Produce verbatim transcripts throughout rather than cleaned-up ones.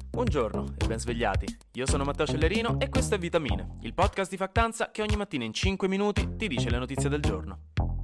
Buongiorno e ben svegliati, io sono Matteo Cellerino e questo è Vitamine, il podcast di Factanza che ogni mattina in cinque minuti ti dice le notizie del giorno.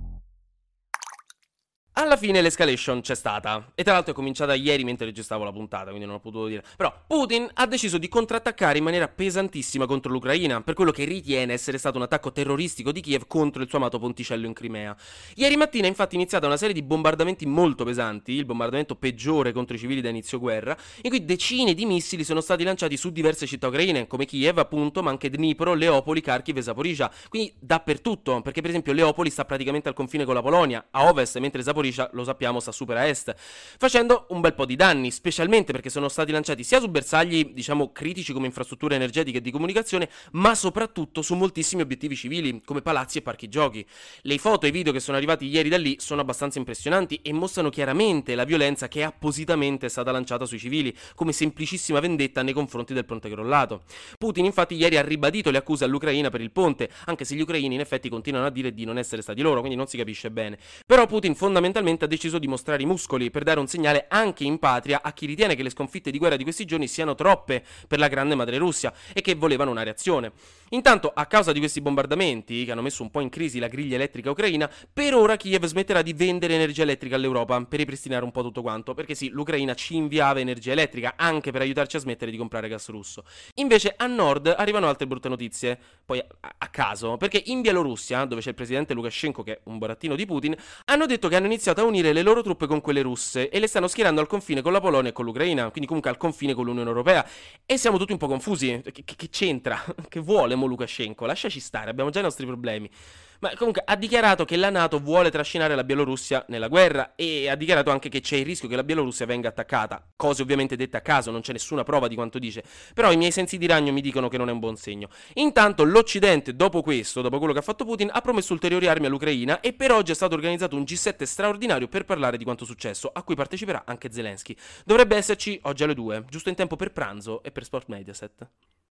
Alla fine l'escalation c'è stata, e tra l'altro è cominciata ieri mentre registravo la puntata, quindi non ho potuto dire. Però Putin ha deciso di contrattaccare in maniera pesantissima contro l'Ucraina, per quello che ritiene essere stato un attacco terroristico di Kiev contro il suo amato ponticello in Crimea. Ieri mattina è infatti iniziata una serie di bombardamenti molto pesanti, il bombardamento peggiore contro i civili da inizio guerra, in cui decine di missili sono stati lanciati su diverse città ucraine, come Kiev appunto, ma anche Dnipro, Leopoli, Kharkiv e Zaporizhzhia, quindi dappertutto, perché per esempio Leopoli sta praticamente al confine con la Polonia, a ovest, mentre Zaporizhzhia, lo sappiamo, sta super a est, facendo un bel po' di danni, specialmente perché sono stati lanciati sia su bersagli, diciamo, critici come infrastrutture energetiche e di comunicazione, ma soprattutto su moltissimi obiettivi civili, come palazzi e parchi giochi. Le foto e i video che sono arrivati ieri da lì sono abbastanza impressionanti e mostrano chiaramente la violenza che appositamente è stata lanciata sui civili, come semplicissima vendetta nei confronti del ponte crollato. Putin infatti ieri ha ribadito le accuse all'Ucraina per il ponte, anche se gli ucraini in effetti continuano a dire di non essere stati loro, quindi non si capisce bene. Però Putin fondamentalmente ha deciso di mostrare i muscoli per dare un segnale anche in patria a chi ritiene che le sconfitte di guerra di questi giorni siano troppe per la grande madre Russia e che volevano una reazione. Intanto, a causa di questi bombardamenti, che hanno messo un po' in crisi la griglia elettrica ucraina, per ora Kiev smetterà di vendere energia elettrica all'Europa per ripristinare un po' tutto quanto, perché sì, l'Ucraina ci inviava energia elettrica anche per aiutarci a smettere di comprare gas russo. Invece a nord arrivano altre brutte notizie, poi a, a caso, perché in Bielorussia, dove c'è il presidente Lukashenko che è un burattino di Putin, hanno detto che hanno iniziato a unire le loro truppe con quelle russe e le stanno schierando al confine con la Polonia e con l'Ucraina, quindi comunque al confine con l'Unione Europea, e siamo tutti un po' confusi. Che, che, che c'entra? Che vuole mo Lukashenko? Lasciaci stare, abbiamo già i nostri problemi. Ma comunque ha dichiarato che la NATO vuole trascinare la Bielorussia nella guerra e ha dichiarato anche che c'è il rischio che la Bielorussia venga attaccata, cose ovviamente dette a caso, non c'è nessuna prova di quanto dice, però i miei sensi di ragno mi dicono che non è un buon segno. Intanto l'Occidente, dopo questo, dopo quello che ha fatto Putin, ha promesso ulteriori armi all'Ucraina e per oggi è stato organizzato un G sette straordinario per parlare di quanto successo, a cui parteciperà anche Zelensky. Dovrebbe esserci oggi alle due, giusto in tempo per pranzo e per Sport Mediaset.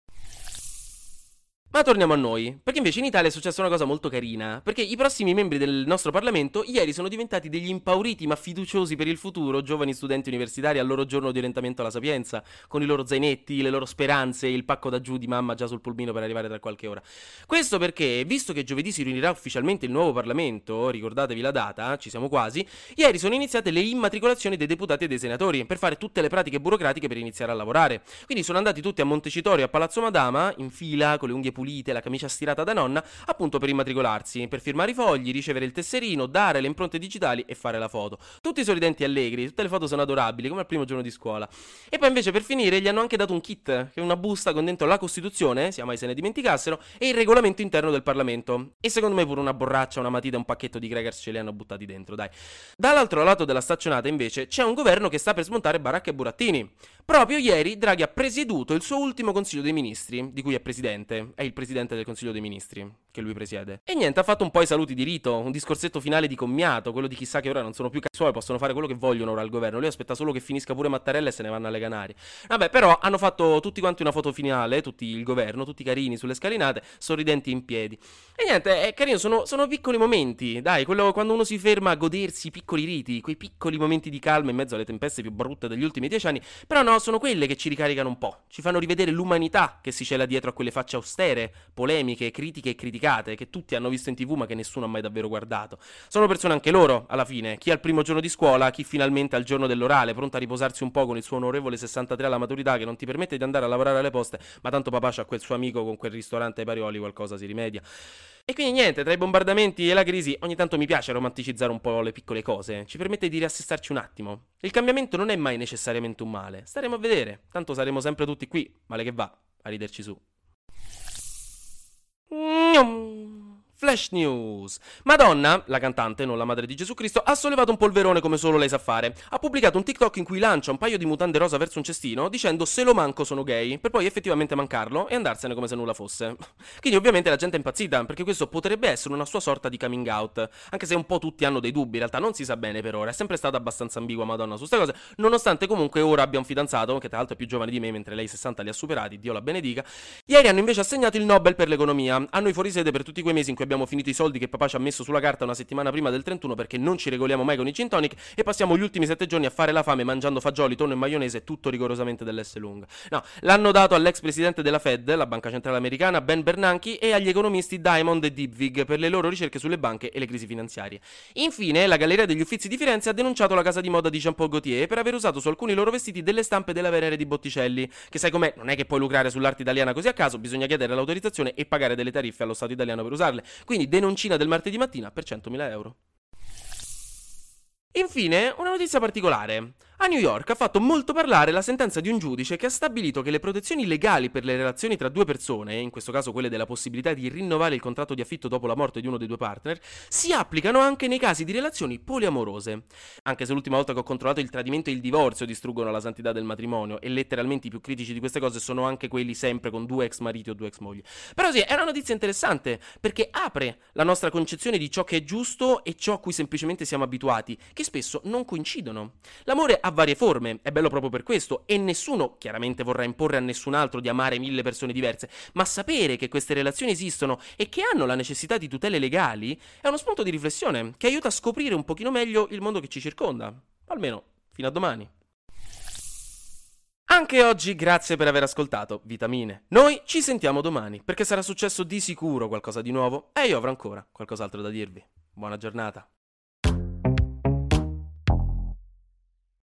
Ma torniamo a noi, perché invece in Italia è successa una cosa molto carina, perché i prossimi membri del nostro Parlamento ieri sono diventati degli impauriti ma fiduciosi per il futuro giovani studenti universitari al loro giorno di orientamento alla Sapienza, con i loro zainetti, le loro speranze e il pacco da giù di mamma già sul pulmino per arrivare tra qualche ora. Questo perché, visto che giovedì si riunirà ufficialmente il nuovo Parlamento, ricordatevi la data, ci siamo quasi, ieri sono iniziate le immatricolazioni dei deputati e dei senatori, per fare tutte le pratiche burocratiche per iniziare a lavorare. Quindi sono andati tutti a Montecitorio e a Palazzo Madama, in fila, con le unghie pulite, la camicia stirata da nonna, appunto per immatricolarsi, per firmare i fogli, ricevere il tesserino, dare le impronte digitali e fare la foto. Tutti sorridenti e allegri, tutte le foto sono adorabili, come al primo giorno di scuola. E poi invece per finire gli hanno anche dato un kit, che è una busta con dentro la Costituzione, sia mai se ne dimenticassero, e il regolamento interno del Parlamento. E secondo me pure una borraccia, una matita e un pacchetto di crackers ce li hanno buttati dentro, dai. Dall'altro lato della staccionata invece c'è un governo che sta per smontare baracca e burattini. Proprio ieri Draghi ha presieduto il suo ultimo Consiglio dei Ministri, di cui è presidente, è il presidente del Consiglio dei Ministri, che lui presiede. E niente, ha fatto un po' i saluti di rito, un discorsetto finale di commiato, quello di chissà che ora non sono più cazzuoli, possono fare quello che vogliono ora al governo, lui aspetta solo che finisca pure Mattarella e se ne vanno alle Canarie. Vabbè, però hanno fatto tutti quanti una foto finale, tutti il governo, tutti carini sulle scalinate, sorridenti in piedi. E niente, è carino, sono, sono piccoli momenti, dai, quello quando uno si ferma a godersi i piccoli riti, quei piccoli momenti di calma in mezzo alle tempeste più brutte degli ultimi dieci anni, però no, sono quelle che ci ricaricano un po', ci fanno rivedere l'umanità che si cela dietro a quelle facce austere, polemiche, critiche e criticate, che tutti hanno visto in tv ma che nessuno ha mai davvero guardato. Sono persone anche loro, alla fine, chi al primo giorno di scuola, chi finalmente al giorno dell'orale, pronto a riposarsi un po' con il suo onorevole sessantatré alla maturità che non ti permette di andare a lavorare alle poste, ma tanto papà c'ha quel suo amico con quel ristorante ai Parioli, qualcosa si rimedia. E quindi niente, tra i bombardamenti e la crisi ogni tanto mi piace romanticizzare un po' le piccole cose, ci permette di riassestarci un attimo. Il cambiamento non è mai necessariamente un male, staremo a vedere, tanto saremo sempre tutti qui, male che va, a riderci su. Flash News. Madonna, la cantante, non la madre di Gesù Cristo, ha sollevato un polverone come solo lei sa fare. Ha pubblicato un TikTok in cui lancia un paio di mutande rosa verso un cestino dicendo se lo manco sono gay, per poi effettivamente mancarlo e andarsene come se nulla fosse. Quindi ovviamente la gente è impazzita, perché questo potrebbe essere una sua sorta di coming out, anche se un po' tutti hanno dei dubbi, in realtà non si sa bene per ora, è sempre stata abbastanza ambigua Madonna su queste cose, nonostante comunque ora abbia un fidanzato, che tra l'altro è più giovane di me, mentre lei sessanta li ha superati, Dio la benedica. Ieri hanno invece assegnato il Nobel per l'economia, anno i fuorisede per tutti quei mesi in cui abbiamo abbiamo finito i soldi che papà ci ha messo sulla carta una settimana prima del trentuno perché non ci regoliamo mai con i gin tonic e passiamo gli ultimi sette giorni a fare la fame mangiando fagioli, tonno e maionese, tutto rigorosamente dell'S lunga. No, l'hanno dato all'ex presidente della Fed, la banca centrale americana, Ben Bernanke, e agli economisti Diamond e Dybvig per le loro ricerche sulle banche e le crisi finanziarie. Infine, la Galleria degli Uffizi di Firenze ha denunciato la casa di moda di Jean Paul Gaultier per aver usato su alcuni loro vestiti delle stampe della Venere di Botticelli, che sai com'è, non è che puoi lucrare sull'arte italiana così a caso, bisogna chiedere l'autorizzazione e pagare delle tariffe allo Stato italiano per usarle. Quindi denoncina del martedì mattina per centomila euro. Infine, una notizia particolare. A New York ha fatto molto parlare la sentenza di un giudice che ha stabilito che le protezioni legali per le relazioni tra due persone, in questo caso quelle della possibilità di rinnovare il contratto di affitto dopo la morte di uno dei due partner, si applicano anche nei casi di relazioni poliamorose. Anche se l'ultima volta che ho controllato il tradimento e il divorzio distruggono la santità del matrimonio, e letteralmente i più critici di queste cose sono anche quelli sempre con due ex mariti o due ex mogli. Però sì, è una notizia interessante, perché apre la nostra concezione di ciò che è giusto e ciò a cui semplicemente siamo abituati, che spesso non coincidono. L'amore ha varie forme, è bello proprio per questo, e nessuno chiaramente vorrà imporre a nessun altro di amare mille persone diverse, ma sapere che queste relazioni esistono e che hanno la necessità di tutele legali è uno spunto di riflessione che aiuta a scoprire un pochino meglio il mondo che ci circonda. Almeno, fino a domani. Anche oggi grazie per aver ascoltato Vitamine. Noi ci sentiamo domani, perché sarà successo di sicuro qualcosa di nuovo e io avrò ancora qualcos'altro da dirvi. Buona giornata.